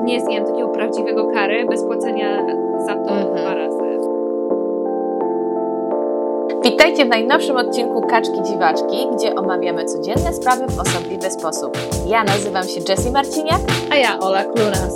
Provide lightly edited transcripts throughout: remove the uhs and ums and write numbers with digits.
nie zjem takiego prawdziwego curry bez płacenia za to 2 razy. Witajcie w najnowszym odcinku Kaczki Dziwaczki, gdzie omawiamy codzienne sprawy w osobliwy sposób. Ja nazywam się Jessie Marciniak, A ja Ola Klunas.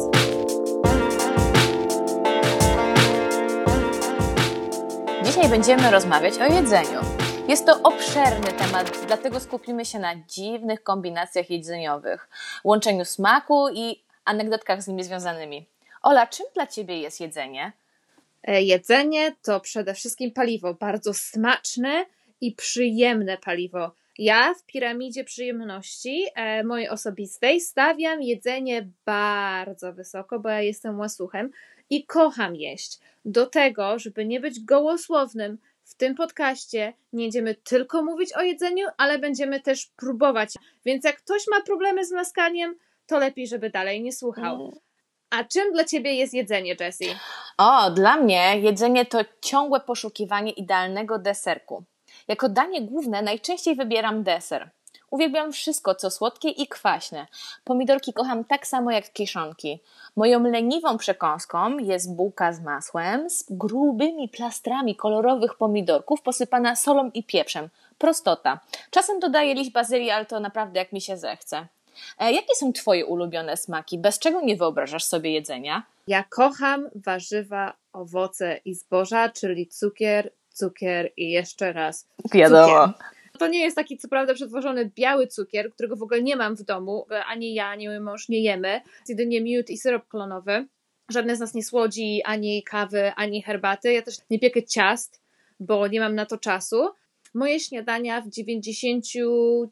Dzisiaj będziemy rozmawiać o jedzeniu. Jest to obszerny temat, dlatego skupimy się na dziwnych kombinacjach jedzeniowych, łączeniu smaku i anegdotkach z nimi związanymi. Ola, czym dla Ciebie jest jedzenie? Jedzenie to przede wszystkim paliwo, bardzo smaczne i przyjemne paliwo. Ja w piramidzie przyjemności mojej osobistej stawiam jedzenie bardzo wysoko, bo ja jestem łasuchem i kocham jeść. Do tego, żeby nie być gołosłownym, w tym podcaście nie będziemy tylko mówić o jedzeniu, ale będziemy też próbować. Więc jak ktoś ma problemy z maskaniem, to lepiej, żeby dalej nie słuchał. A czym dla Ciebie jest jedzenie, Jessie? Dla mnie jedzenie to ciągłe poszukiwanie idealnego deserku. Jako danie główne najczęściej wybieram deser. Uwielbiam wszystko, co słodkie i kwaśne. Pomidorki kocham tak samo jak kiszonki. Moją leniwą przekąską jest bułka z masłem, z grubymi plastrami kolorowych pomidorków, posypana solą i pieprzem. Prostota. Czasem dodaję liść bazylii, ale to naprawdę jak mi się zechce. Jakie są Twoje ulubione smaki? Bez czego nie wyobrażasz sobie jedzenia? Ja kocham warzywa, owoce i zboża, czyli cukier i jeszcze raz Wiadomo. cukier. To nie jest taki, co prawda, przetworzony biały cukier, którego w ogóle nie mam w domu. Ani ja, ani mój mąż nie jemy. Jest jedynie miód i syrop klonowy. Żadne z nas nie słodzi ani kawy, ani herbaty. Ja też nie piekę ciast, bo nie mam na to czasu. Moje śniadania w 95%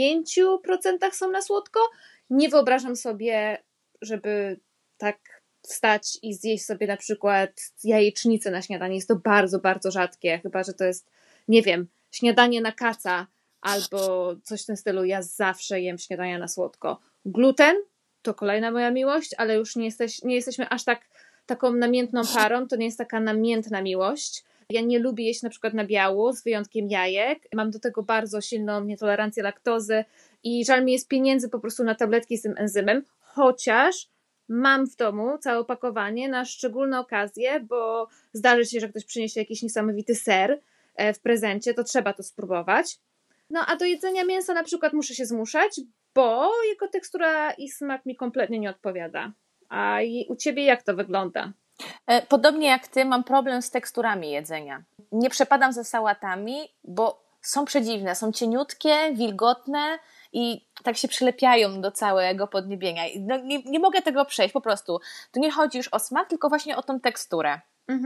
są na słodko. Nie wyobrażam sobie, żeby tak wstać i zjeść sobie na przykład jajecznicę na śniadanie. Jest to bardzo, bardzo rzadkie. Chyba że to jest, nie wiem, śniadanie na kaca albo coś w tym stylu. Ja zawsze jem śniadania na słodko. Gluten to kolejna moja miłość, ale już nie jesteśmy aż taką namiętną parą. To nie jest taka namiętna miłość. Ja nie lubię jeść na przykład nabiału, z wyjątkiem jajek. Mam do tego bardzo silną nietolerancję laktozy i żal mi jest pieniędzy po prostu na tabletki z tym enzymem, chociaż mam w domu całe opakowanie na szczególne okazje, bo zdarzy się, że ktoś przyniesie jakiś niesamowity ser w prezencie, to trzeba to spróbować. No a do jedzenia mięsa na przykład muszę się zmuszać, bo jego tekstura i smak mi kompletnie nie odpowiada. A u Ciebie jak to wygląda? Podobnie jak Ty, mam problem z teksturami jedzenia. Nie przepadam za sałatami, bo są przedziwne, są cieniutkie, wilgotne i tak się przylepiają do całego podniebienia. No, nie mogę tego przejść, po prostu. Tu nie chodzi już o smak, tylko właśnie o tą teksturę.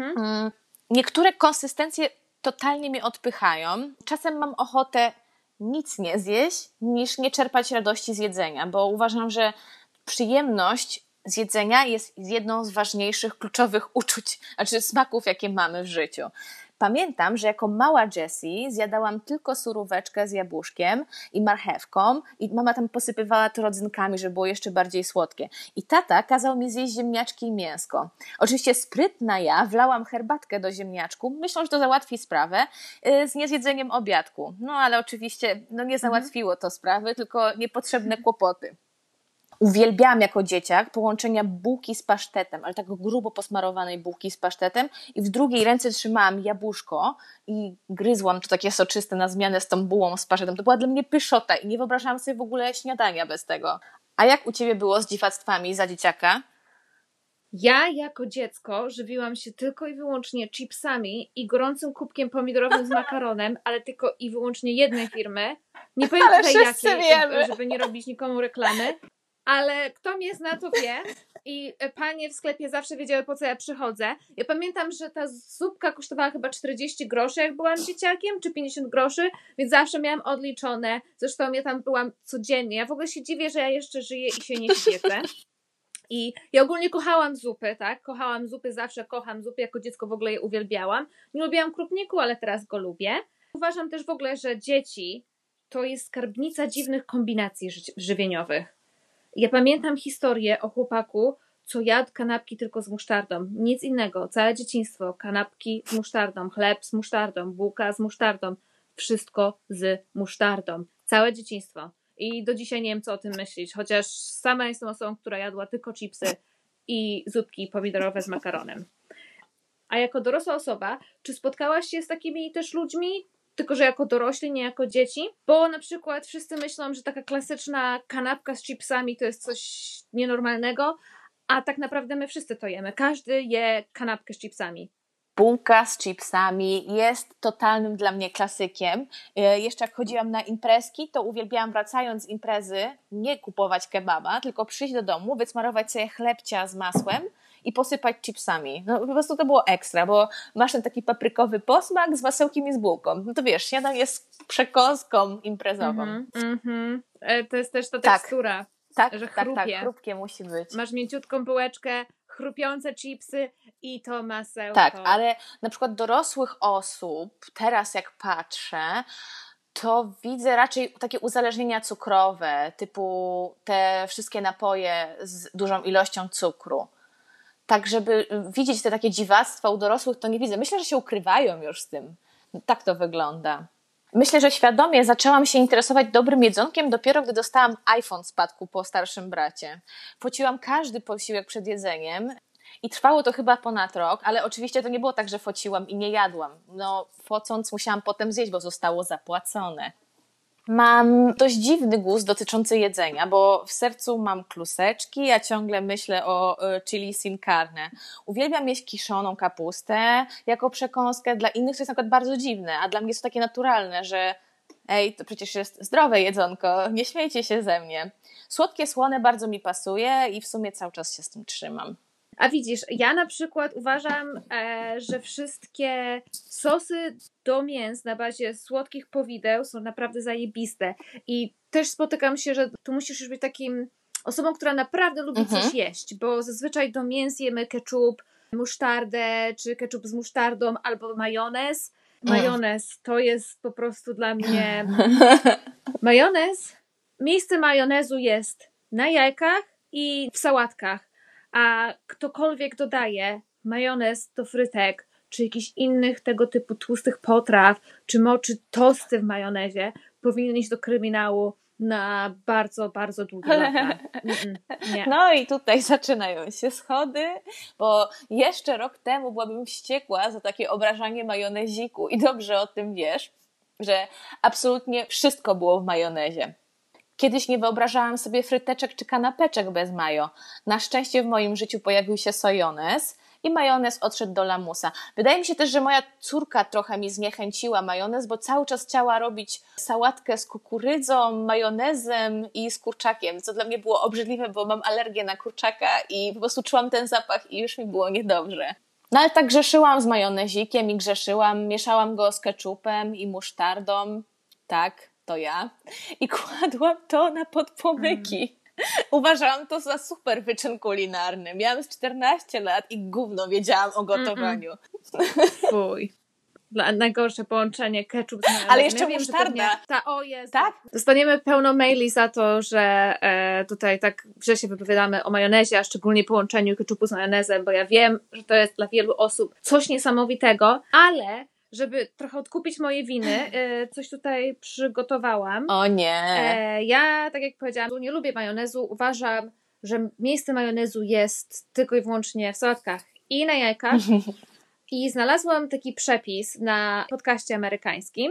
Niektóre konsystencje totalnie mnie odpychają. Czasem mam ochotę nic nie zjeść, niż nie czerpać radości z jedzenia, bo uważam, że przyjemność z jedzenia jest jedną z ważniejszych, kluczowych uczuć, znaczy smaków, jakie mamy w życiu. Pamiętam, że jako mała Jessie zjadałam tylko suróweczkę z jabłuszkiem i marchewką i mama tam posypywała to rodzynkami, żeby było jeszcze bardziej słodkie. I tata kazał mi zjeść ziemniaczki i mięsko. Oczywiście sprytna ja wlałam herbatkę do ziemniaczku, myśląc, że to załatwi sprawę z niezjedzeniem obiadku. No ale oczywiście nie załatwiło to sprawy, tylko niepotrzebne kłopoty. Uwielbiałam jako dzieciak połączenia bułki z pasztetem, ale tak grubo posmarowanej bułki z pasztetem i w drugiej ręce trzymałam jabłuszko i gryzłam to takie soczyste na zmianę z tą bułą z pasztetem. To była dla mnie pyszota i nie wyobrażałam sobie w ogóle śniadania bez tego. A jak u Ciebie było z dziwactwami za dzieciaka? Ja jako dziecko żywiłam się tylko i wyłącznie chipsami i gorącym kubkiem pomidorowym z makaronem, ale tylko i wyłącznie jednej firmy. Nie powiem tutaj jakiej, żeby nie robić nikomu reklamy. Ale kto mnie zna, to wie i panie w sklepie zawsze wiedziały, po co ja przychodzę. Ja pamiętam, że ta zupka kosztowała chyba 40 groszy, jak byłam dzieciakiem, czy 50 groszy, więc zawsze miałam odliczone. Zresztą ja tam byłam codziennie. Ja w ogóle się dziwię, że ja jeszcze żyję i się nie świecę. I ja ogólnie kochałam zupy, tak? Kochałam zupy, zawsze kocham zupy. Jako dziecko w ogóle je uwielbiałam. Nie lubiłam krupniku, ale teraz go lubię. Uważam też w ogóle, że dzieci to jest skarbnica dziwnych kombinacji żywieniowych. Ja pamiętam historię o chłopaku, co jadł kanapki tylko z musztardą. Nic innego. Całe dzieciństwo. Kanapki z musztardą, chleb z musztardą, bułka z musztardą. Wszystko z musztardą. Całe dzieciństwo. I do dzisiaj nie wiem, co o tym myśleć. Chociaż sama jestem osobą, która jadła tylko chipsy i zupki pomidorowe z makaronem. A jako dorosła osoba, czy spotkałaś się z takimi też ludźmi? Tylko że jako dorośli, nie jako dzieci? Bo na przykład wszyscy myślą, że taka klasyczna kanapka z chipsami to jest coś nienormalnego, a tak naprawdę my wszyscy to jemy. Każdy je kanapkę z chipsami. Bułka z chipsami jest totalnym dla mnie klasykiem. Jeszcze jak chodziłam na imprezki, to uwielbiałam, wracając z imprezy, nie kupować kebaba, tylko przyjść do domu, wysmarować sobie chlebcia z masłem i posypać chipsami. No po prostu to było ekstra, bo masz ten taki paprykowy posmak z masełkiem i z bułką. No to wiesz, śniadanie jest przekąską imprezową. To jest też ta tekstura, że chrupie. Tak, chrupkie musi być. Masz mięciutką bułeczkę, chrupiące chipsy i to masełko. Tak, ale na przykład dorosłych osób, teraz jak patrzę, to widzę raczej takie uzależnienia cukrowe, typu te wszystkie napoje z dużą ilością cukru. Tak, żeby widzieć te takie dziwactwa u dorosłych, to nie widzę. Myślę, że się ukrywają już z tym. Tak to wygląda. Myślę, że świadomie zaczęłam się interesować dobrym jedzonkiem dopiero, gdy dostałam iPhone w spadku po starszym bracie. Fociłam każdy posiłek przed jedzeniem i trwało to chyba ponad rok, ale oczywiście to nie było tak, że fociłam i nie jadłam. No, focąc musiałam potem zjeść, bo zostało zapłacone. Mam dość dziwny gust dotyczący jedzenia, bo w sercu mam kluseczki, a ciągle myślę o chili sin carne. Uwielbiam jeść kiszoną kapustę jako przekąskę. Dla innych to jest na przykład bardzo dziwne, a dla mnie jest to takie naturalne, że to przecież jest zdrowe jedzonko, nie śmiejcie się ze mnie. Słodkie, słone bardzo mi pasuje i w sumie cały czas się z tym trzymam. A widzisz, ja na przykład uważam, że wszystkie sosy do mięs na bazie słodkich powideł są naprawdę zajebiste. I też spotykam się, że tu musisz już być takim osobą, która naprawdę lubi coś jeść, bo zazwyczaj do mięs jemy ketchup, musztardę, czy ketchup z musztardą, albo majonez. Majonez to jest po prostu dla mnie... Miejsce majonezu jest na jajkach i w sałatkach. A ktokolwiek dodaje majonez do frytek, czy jakichś innych tego typu tłustych potraw, czy moczy tosty w majonezie, powinien iść do kryminału na bardzo, bardzo długie lata. Nie. No i tutaj zaczynają się schody, bo jeszcze rok temu byłabym wściekła za takie obrażanie majoneziku i dobrze o tym wiesz, że absolutnie wszystko było w majonezie. Kiedyś nie wyobrażałam sobie fryteczek czy kanapeczek bez majo. Na szczęście w moim życiu pojawił się sojonez i majonez odszedł do lamusa. Wydaje mi się też, że moja córka trochę mi zniechęciła majonez, bo cały czas chciała robić sałatkę z kukurydzą, majonezem i z kurczakiem, co dla mnie było obrzydliwe, bo mam alergię na kurczaka i po prostu czułam ten zapach i już mi było niedobrze. No ale tak grzeszyłam z majonezikiem i mieszałam go z ketchupem i musztardą, tak. To ja. I kładłam to na podpłomyki. Uważałam to za super wyczyn kulinarny. Miałam z 14 lat i gówno wiedziałam o gotowaniu. Fuj. Najgorsze połączenie ketchup z majonezem. Ale jeszcze musztarda. Tak? Dostaniemy pełno maili za to, że tutaj tak źle się wypowiadamy o majonezie, a szczególnie połączeniu ketchupu z majonezem, bo ja wiem, że to jest dla wielu osób coś niesamowitego, ale żeby trochę odkupić moje winy, coś tutaj przygotowałam. O nie. Ja, tak jak powiedziałam, nie lubię majonezu. Uważam, że miejsce majonezu jest tylko i wyłącznie w sałatkach i na jajkach. I znalazłam taki przepis na podcaście amerykańskim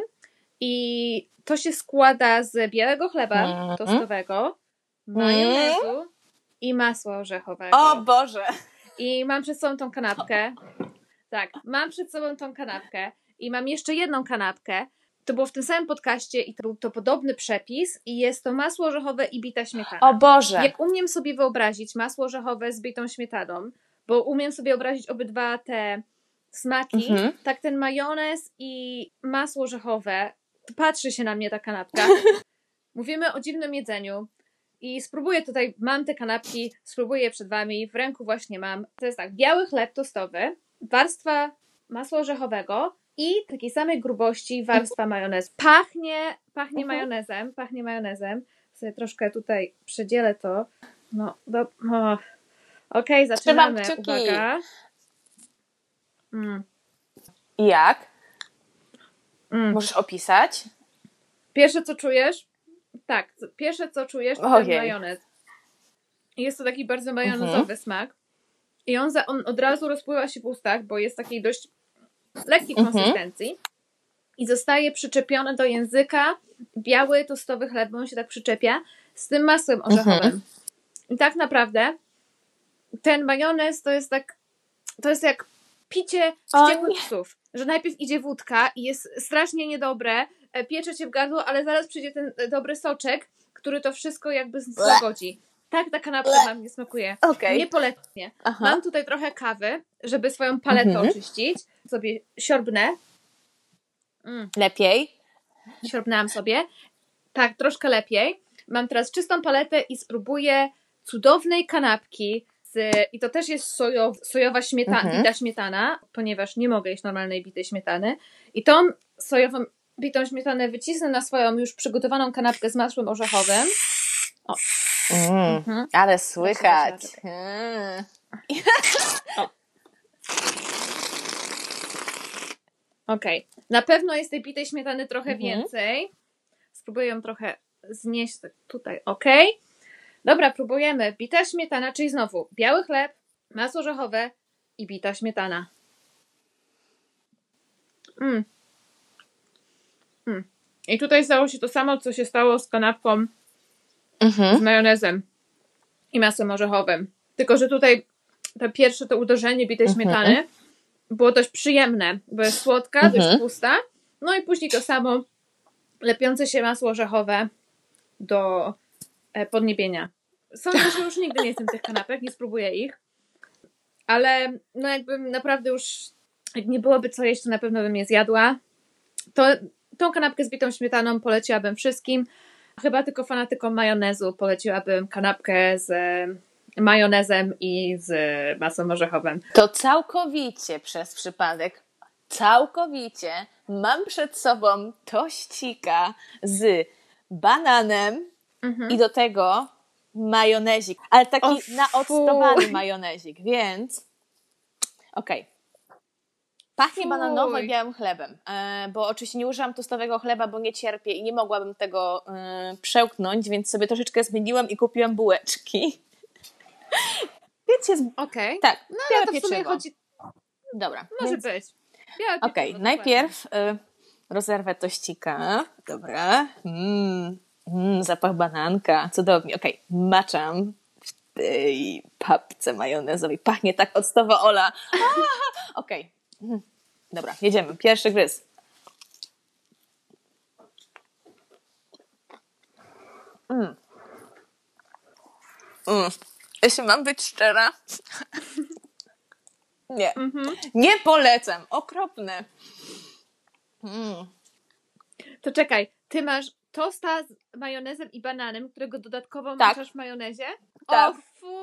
i to się składa z białego chleba tostowego, majonezu i masła orzechowego. O Boże! I mam przed sobą tą kanapkę. Tak, mam przed sobą tą kanapkę i mam jeszcze jedną kanapkę. To było w tym samym podcaście i to był to podobny przepis i jest to masło orzechowe i bita śmietana. O Boże! Jak umiem sobie wyobrazić masło orzechowe z bitą śmietaną, bo umiem sobie wyobrazić obydwa te smaki, tak ten majonez i masło orzechowe, to patrzy się na mnie ta kanapka. Mówimy o dziwnym jedzeniu i spróbuję tutaj, mam te kanapki, spróbuję przed wami, w ręku właśnie mam. To jest tak, biały chleb tostowy, warstwa masła orzechowego i takiej samej grubości warstwa majonezu. Pachnie majonezem. Sobie troszkę tutaj przedzielę to. No, Okej, zaczynamy. Trzymam kciuki. Uwaga. Jak? Możesz opisać? Pierwsze co czujesz? To ten majonez. Jest to taki bardzo majonezowy smak. i on od razu rozpływa się w ustach, bo jest takiej dość lekkiej konsystencji i zostaje przyczepiony do języka biały, tostowy chleb, bo on się tak przyczepia z tym masłem orzechowym. I tak naprawdę ten majonez to jest jak picie wściekłych psów, że najpierw idzie wódka i jest strasznie niedobre, piecze cię w gardło, ale zaraz przyjdzie ten dobry soczek, który to wszystko jakby złagodzi. Tak ta kanapka nam nie smakuje. Nie polecam. Mam tutaj trochę kawy, żeby swoją paletę oczyścić. Sobie siorbnę. Lepiej? Siorbnęłam sobie. Tak, troszkę lepiej. Mam teraz czystą paletę i spróbuję cudownej kanapki i to też jest sojowa śmietana, bita śmietana, ponieważ nie mogę jeść normalnej bitej śmietany. I tą sojową bitą śmietanę wycisnę na swoją już przygotowaną kanapkę z masłem orzechowym. O. Ale słychać. Okej. Na pewno jest tej bitej śmietany trochę więcej. Spróbuję ją trochę znieść tutaj. Okej. Dobra, próbujemy. Bita śmietana, czyli znowu biały chleb, masło orzechowe i bita śmietana. I tutaj stało się to samo, co się stało z kanapką z majonezem i masłem orzechowym. Tylko, że tutaj to uderzenie bitej śmietany było dość przyjemne, bo jest słodka, dość tłusta. No i później to samo lepiące się masło orzechowe do podniebienia. Sądzę, że już nigdy nie jestem tych kanapek, nie spróbuję ich, ale no jakby naprawdę już jak nie byłoby co jeść, to na pewno bym je zjadła. Tą kanapkę z bitą śmietaną poleciłabym wszystkim. Chyba tylko fanatykom majonezu poleciłabym kanapkę z majonezem i z masłem orzechowym. To całkowicie przez przypadek, mam przed sobą tościka z bananem i do tego majonezik, ale taki naoctowany majonezik, więc pachnie bananowo i białym chlebem, bo oczywiście nie użyłam tostowego chleba, bo nie cierpię i nie mogłabym tego przełknąć, więc sobie troszeczkę zmieniłam i kupiłam bułeczki. Więc jest... Tak, no białe ale to w sumie pieczywo. Chodzi... Dobra. Może być. Najpierw rozerwę tościka. Dobra. Zapach bananka. Cudownie. Maczam w tej papce majonezowej. Pachnie tak octowo Ola. Dobra, jedziemy. Pierwszy gryz. Jeśli mam być szczera, nie polecam. Okropne. To czekaj, ty masz tosta z majonezem i bananem, którego dodatkowo maczasz w majonezie? Tak. O fu!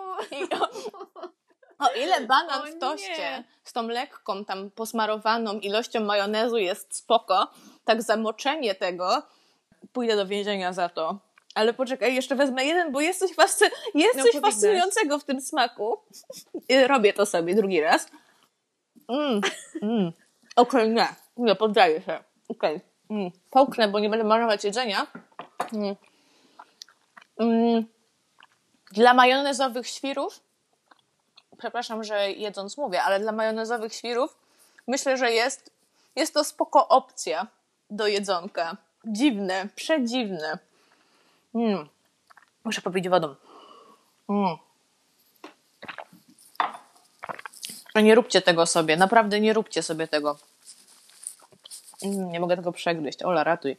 O ile banan w toście z tą lekką tam posmarowaną ilością majonezu jest spoko, tak zamoczenie tego, pójdę do więzienia za to. Ale poczekaj, jeszcze wezmę jeden, bo jest coś fascynującego w tym smaku. Robię to sobie drugi raz. Nie poddaję się. Połknę, bo nie będę marnować jedzenia. Dla majonezowych świrów, przepraszam, że jedząc mówię, ale dla majonezowych świrów myślę, że jest to spoko opcja do jedzonka. Dziwne, przedziwne. Muszę popić wodą. Nie róbcie tego sobie, naprawdę nie róbcie sobie tego. Nie mogę tego przegryźć. Ola, ratuj.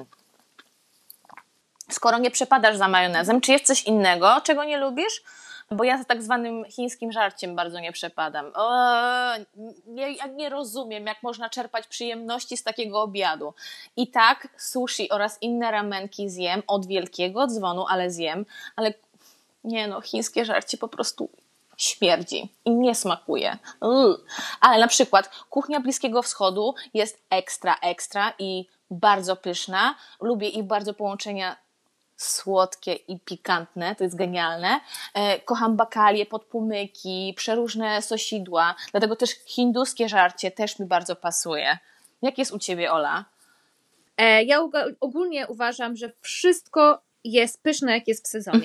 Skoro nie przepadasz za majonezem, czy jest coś innego, czego nie lubisz? Bo ja za tak zwanym chińskim żarciem bardzo nie przepadam. Ja nie rozumiem, jak można czerpać przyjemności z takiego obiadu. I tak sushi oraz inne ramenki zjem od wielkiego dzwonu, ale zjem. Ale nie no, chińskie żarcie po prostu śmierdzi i nie smakuje. Ale na przykład kuchnia Bliskiego Wschodu jest ekstra i bardzo pyszna. Lubię ich bardzo połączenia słodkie i pikantne, to jest genialne. Kocham bakalie, podpłomyki, przeróżne sosidła, dlatego też hinduskie żarcie też mi bardzo pasuje. Jak jest u Ciebie, Ola? Ja ogólnie uważam, że wszystko jest pyszne, jak jest w sezonie.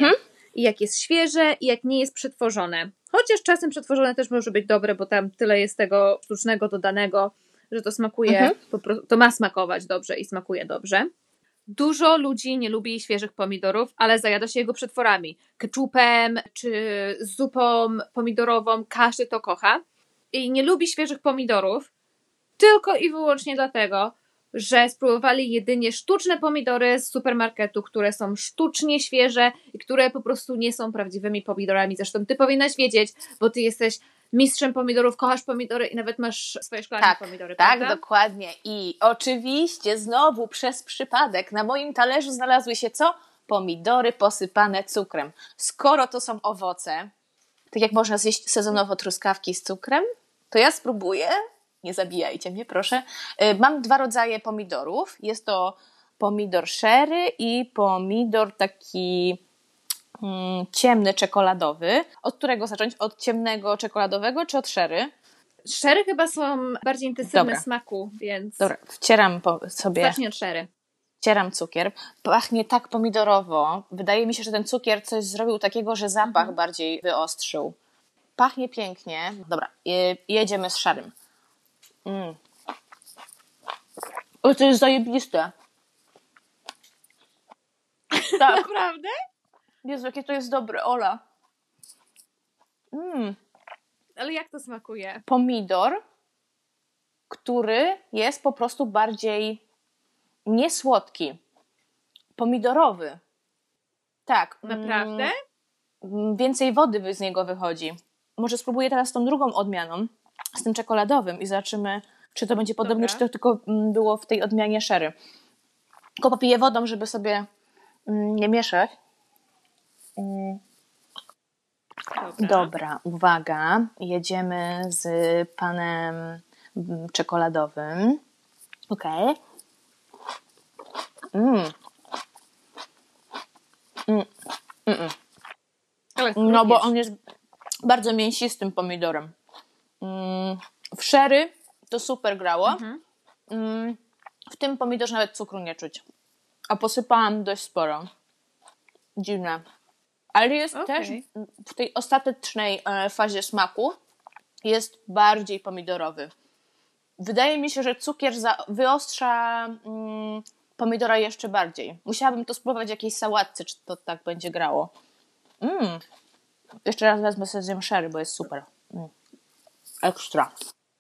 i jak jest świeże i jak nie jest przetworzone. Chociaż czasem przetworzone też może być dobre, bo tam tyle jest tego sztucznego dodanego, że to smakuje, to ma smakować dobrze i smakuje dobrze. Dużo ludzi nie lubi świeżych pomidorów, ale zajada się jego przetworami. Ketchupem czy zupą pomidorową, każdy to kocha. I nie lubi świeżych pomidorów tylko i wyłącznie dlatego, że spróbowali jedynie sztuczne pomidory z supermarketu, które są sztucznie świeże i które po prostu nie są prawdziwymi pomidorami. Zresztą ty powinnaś wiedzieć, bo ty jesteś mistrzem pomidorów, kochasz pomidory i nawet masz swoje szklanki pomidory, prawda? Tak, dokładnie. I oczywiście znowu przez przypadek na moim talerzu znalazły się co? Pomidory posypane cukrem. Skoro to są owoce, tak jak można zjeść sezonowo truskawki z cukrem, to ja spróbuję. Nie zabijajcie mnie, proszę. Mam 2 rodzaje pomidorów. Jest to pomidor sherry i pomidor taki ciemny, czekoladowy. Od którego zacząć? Od ciemnego, czekoladowego czy od sherry? Sherry chyba są bardziej intensywne w smaku, więc... Dobra, wcieram sobie... Zacznij od sherry. Wcieram cukier. Pachnie tak pomidorowo. Wydaje mi się, że ten cukier coś zrobił takiego, że zapach bardziej wyostrzył. Pachnie pięknie. Dobra, jedziemy z szarym. O, to jest zajebiste. Tak. Naprawdę? Jezu, jakie to jest dobre, Ola. Ale jak to smakuje? Pomidor, który jest po prostu bardziej niesłodki. Pomidorowy. Tak. Naprawdę? Więcej wody z niego wychodzi. Może spróbuję teraz z tą drugą odmianą, z tym czekoladowym i zobaczymy, czy to będzie podobnie, czy to tylko było w tej odmianie sherry. Tylko popiję wodą, żeby sobie nie mieszać. Dobra, uwaga. Jedziemy z panem czekoladowym. Okej. No bo on jest bardzo mięsistym pomidorem. W sherry to super grało. W tym pomidorze nawet cukru nie czuć. A posypałam dość sporo. Dziwne. Ale jest też w tej ostatecznej fazie smaku jest bardziej pomidorowy. Wydaje mi się, że cukier wyostrza pomidora jeszcze bardziej. Musiałabym to spróbować w jakiejś sałatce, czy to tak będzie grało. Jeszcze raz wezmę sobie zjem sherry, bo jest super. Ekstra.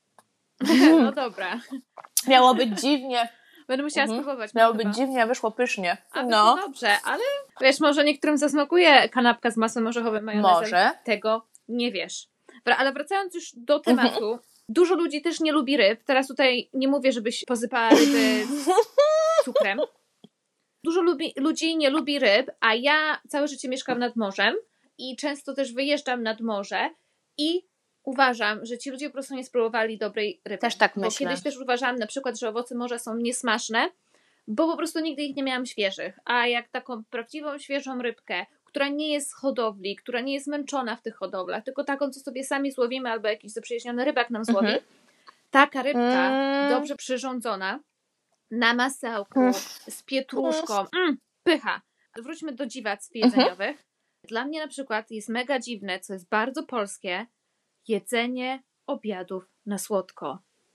No dobra. Miało być dziwnie. Będę musiała spróbować. Miało być dziwnie, a wyszło pysznie. No dobrze, ale wiesz, może niektórym zasmakuje kanapka z masłem orzechowym majonezem. Może. Tego nie wiesz. Ale wracając już do tematu, dużo ludzi też nie lubi ryb. Teraz tutaj nie mówię, żebyś posypała ryby cukrem. Dużo ludzi nie lubi ryb, a ja całe życie mieszkam nad morzem i często też wyjeżdżam nad morze i uważam, że ci ludzie po prostu nie spróbowali dobrej ryby. Też tak myślę. Bo kiedyś też uważałam na przykład, że owoce morza są niesmaczne, bo po prostu nigdy ich nie miałam świeżych. A jak taką prawdziwą, świeżą rybkę, która nie jest z hodowli, która nie jest męczona w tych hodowlach, tylko taką, co sobie sami złowimy, albo jakiś zaprzyjaźniony rybak nam złowi, taka rybka, dobrze przyrządzona, na masełku, z pietruszką, pycha. Wróćmy do dziwactw jedzeniowych. Dla mnie na przykład jest mega dziwne, co jest bardzo polskie, jedzenie obiadów na słodko.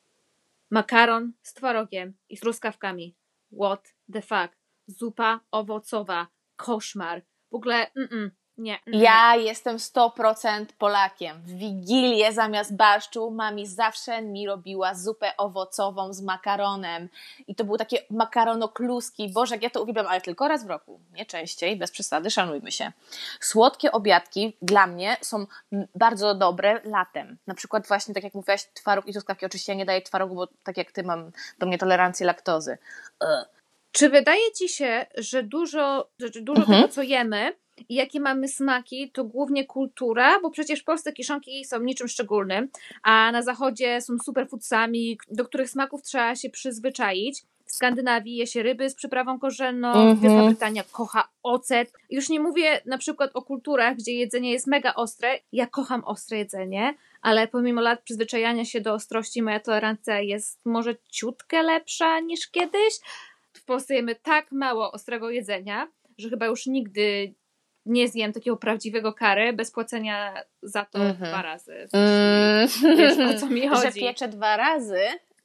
Makaron z twarogiem i z truskawkami. What the fuck? Zupa owocowa. Koszmar. W ogóle nie. Ja jestem 100% Polakiem. W Wigilię zamiast barszczu mami zawsze mi robiła zupę owocową z makaronem. I to były takie makaronokluski. Boże, jak ja to uwielbiam, ale tylko raz w roku. Nie częściej, bez przesady, szanujmy się. Słodkie obiadki dla mnie są bardzo dobre latem. Na przykład właśnie, tak jak mówiłaś, twaróg i truskawki. Oczywiście ja nie daję twarogu, bo tak jak ty mam do mnie tolerancję laktozy. Czy wydaje ci się, że dużo tego, co jemy i jakie mamy smaki, to głównie kultura, bo przecież polskie kiszonki są niczym szczególnym, a na zachodzie są superfoodsami, do których smaków trzeba się przyzwyczaić. W Skandynawii je się ryby z przyprawą korzenną, Wielka Brytania kocha ocet. Już nie mówię na przykład o kulturach, gdzie jedzenie jest mega ostre. Ja kocham ostre jedzenie, ale pomimo lat przyzwyczajania się do ostrości, moja tolerancja jest może ciutkę lepsza niż kiedyś. W Polsce jemy tak mało ostrego jedzenia, że chyba już nigdy nie zjem takiego prawdziwego curry bez płacenia za to 2 razy. Wiesz, o co mi chodzi. Że pieczę 2 razy?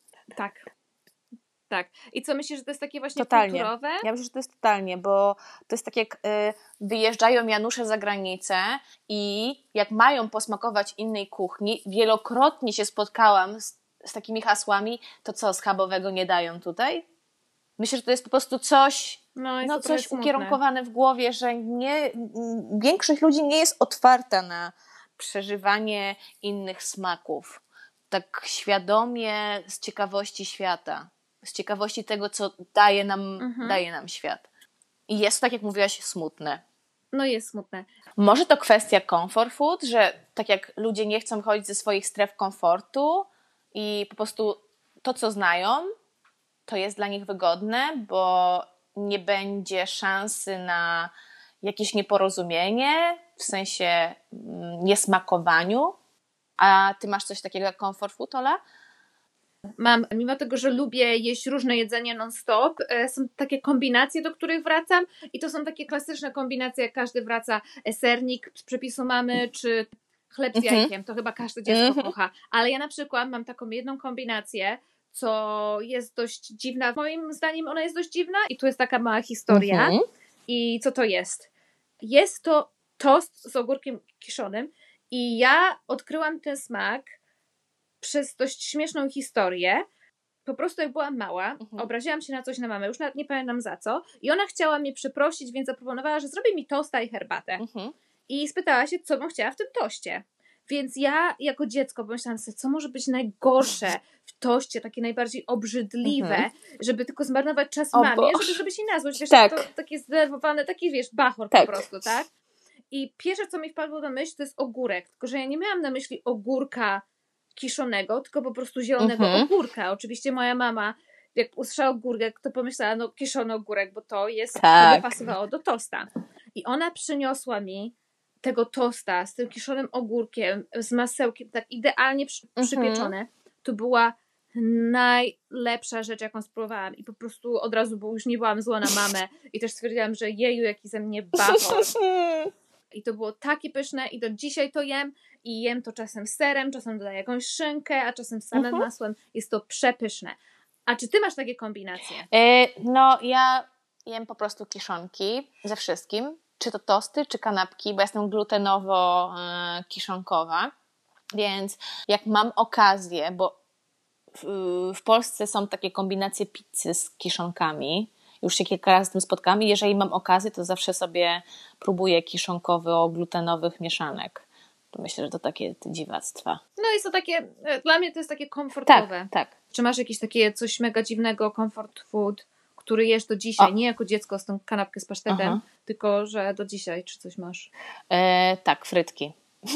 Tak. I co, myślisz, że to jest takie właśnie totalnie. kulturowe? Ja myślę, że to jest totalnie, bo to jest tak jak wyjeżdżają Janusze za granicę i jak mają posmakować innej kuchni, wielokrotnie się spotkałam z takimi hasłami, to co, schabowego nie dają tutaj? Myślę, że to jest po prostu coś, coś ukierunkowane w głowie, że większość ludzi nie jest otwarta na przeżywanie innych smaków. Tak świadomie, z ciekawości świata. Z ciekawości tego, co daje nam świat. I jest, tak jak mówiłaś, smutne. No jest smutne. Może to kwestia comfort food, że tak jak ludzie nie chcą wychodzić ze swoich stref komfortu i po prostu to, co znają, to jest dla nich wygodne, bo nie będzie szansy na jakieś nieporozumienie, w sensie niesmakowaniu. A ty masz coś takiego jak comfort food, Ola? Mam, mimo tego, że lubię jeść różne jedzenie non-stop, są takie kombinacje, do których wracam i to są takie klasyczne kombinacje, jak każdy wraca, sernik z przepisu mamy, czy chleb z jajkiem, to chyba każde dziecko kocha, ale ja na przykład mam taką jedną kombinację, co jest dość dziwna, moim zdaniem ona jest dość dziwna i tu jest taka mała historia i co to jest? Jest to tost z ogórkiem kiszonym i ja odkryłam ten smak przez dość śmieszną historię. Po prostu jak byłam mała, obraziłam się na coś na mamę, już nawet nie pamiętam za co, i ona chciała mnie przeprosić, więc zaproponowała, że zrobi mi tosta i herbatę. I spytała się, co bym chciała w tym toście. Więc ja jako dziecko pomyślałam sobie, co może być najgorsze w toście, takie najbardziej obrzydliwe, żeby tylko zmarnować czas mamie, żeby zrobić jej na złość. Wiesz, to takie zdenerwowane, taki wiesz, bachor po prostu, tak? I pierwsze, co mi wpadło na myśl, to jest ogórek. Tylko, że ja nie miałam na myśli ogórka kiszonego, tylko po prostu zielonego ogórka. Oczywiście moja mama, jak usłyszała ogórek, to pomyślała, no kiszony ogórek, bo to jest, to by pasowało do tosta. I ona przyniosła mi tego tosta z tym kiszonym ogórkiem, z masełkiem, tak idealnie przypieczone. To była najlepsza rzecz, jaką spróbowałam. I po prostu od razu, bo już nie byłam zła na mamę i też stwierdziłam, że jeju, jaki ze mnie bachor. I to było takie pyszne i do dzisiaj to jem i jem to czasem z serem, czasem dodaję jakąś szynkę, a czasem z samym masłem. Jest to przepyszne. A czy ty masz takie kombinacje? No ja jem po prostu kiszonki ze wszystkim. Czy to tosty, czy kanapki, bo jestem glutenowo-kiszonkowa. Więc jak mam okazję, bo w Polsce są takie kombinacje pizzy z kiszonkami, już się kilka razy z tym spotkałam i jeżeli mam okazję, to zawsze sobie próbuję kiszonkowo-glutenowych mieszanek. To myślę, że to takie dziwactwa. No jest to takie, dla mnie to jest takie komfortowe. Tak. Czy masz jakieś takie coś mega dziwnego, comfort food, który jesz do dzisiaj, nie jako dziecko z tą kanapkę z pasztetem, tylko że do dzisiaj, czy coś masz? Tak, frytki.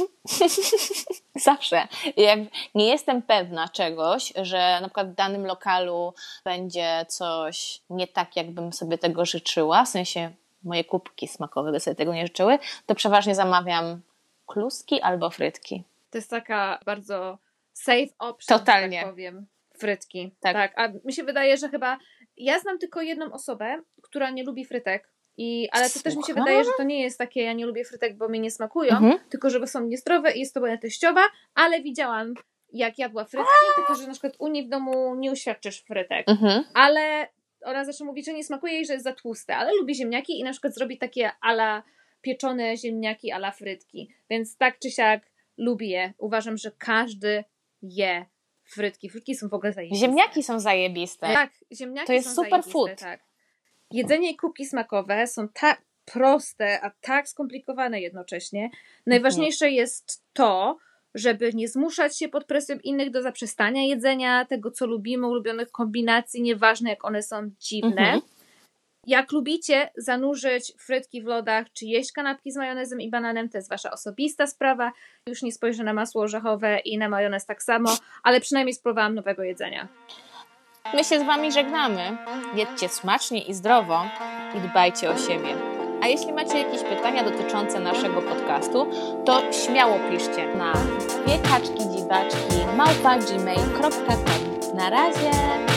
Zawsze. Jak nie jestem pewna czegoś, że na przykład w danym lokalu będzie coś nie tak, jakbym sobie tego życzyła, w sensie moje kubki smakowe by sobie tego nie życzyły, to przeważnie zamawiam kluski albo frytki. To jest taka bardzo safe option, totalnie. Tak powiem. Frytki. Tak. A mi się wydaje, że chyba ja znam tylko jedną osobę, która nie lubi frytek. Ale to też mi się wydaje, że to nie jest takie, ja nie lubię frytek, bo mi nie smakują, tylko że są niezdrowe i jest to moja teściowa, ale widziałam, jak jadła frytki, tylko że na przykład u niej w domu nie uświadczysz frytek. Ale ona zawsze mówi, że nie smakuje jej, że jest za tłuste, ale lubi ziemniaki i na przykład zrobi takie ala pieczone ziemniaki ala frytki. Więc tak czy siak lubię je. Uważam, że każdy je frytki. Frytki są w ogóle zajebiste. Ziemniaki są zajebiste. Tak, ziemniaki to jest są super zajebiste, food. tak. Jedzenie i kubki smakowe są tak proste, a tak skomplikowane jednocześnie. Najważniejsze jest to, żeby nie zmuszać się pod presją innych do zaprzestania jedzenia tego, co lubimy, ulubionych kombinacji, nieważne jak one są dziwne. Jak lubicie zanurzyć frytki w lodach, czy jeść kanapki z majonezem i bananem, to jest wasza osobista sprawa. Już nie spojrzę na masło orzechowe i na majonez tak samo, ale przynajmniej spróbowałam nowego jedzenia. My się z wami żegnamy. Jedzcie smacznie i zdrowo i dbajcie o siebie. A jeśli macie jakieś pytania dotyczące naszego podcastu, to śmiało piszcie na piekaczkidziwaczki@gmail.com. Na razie!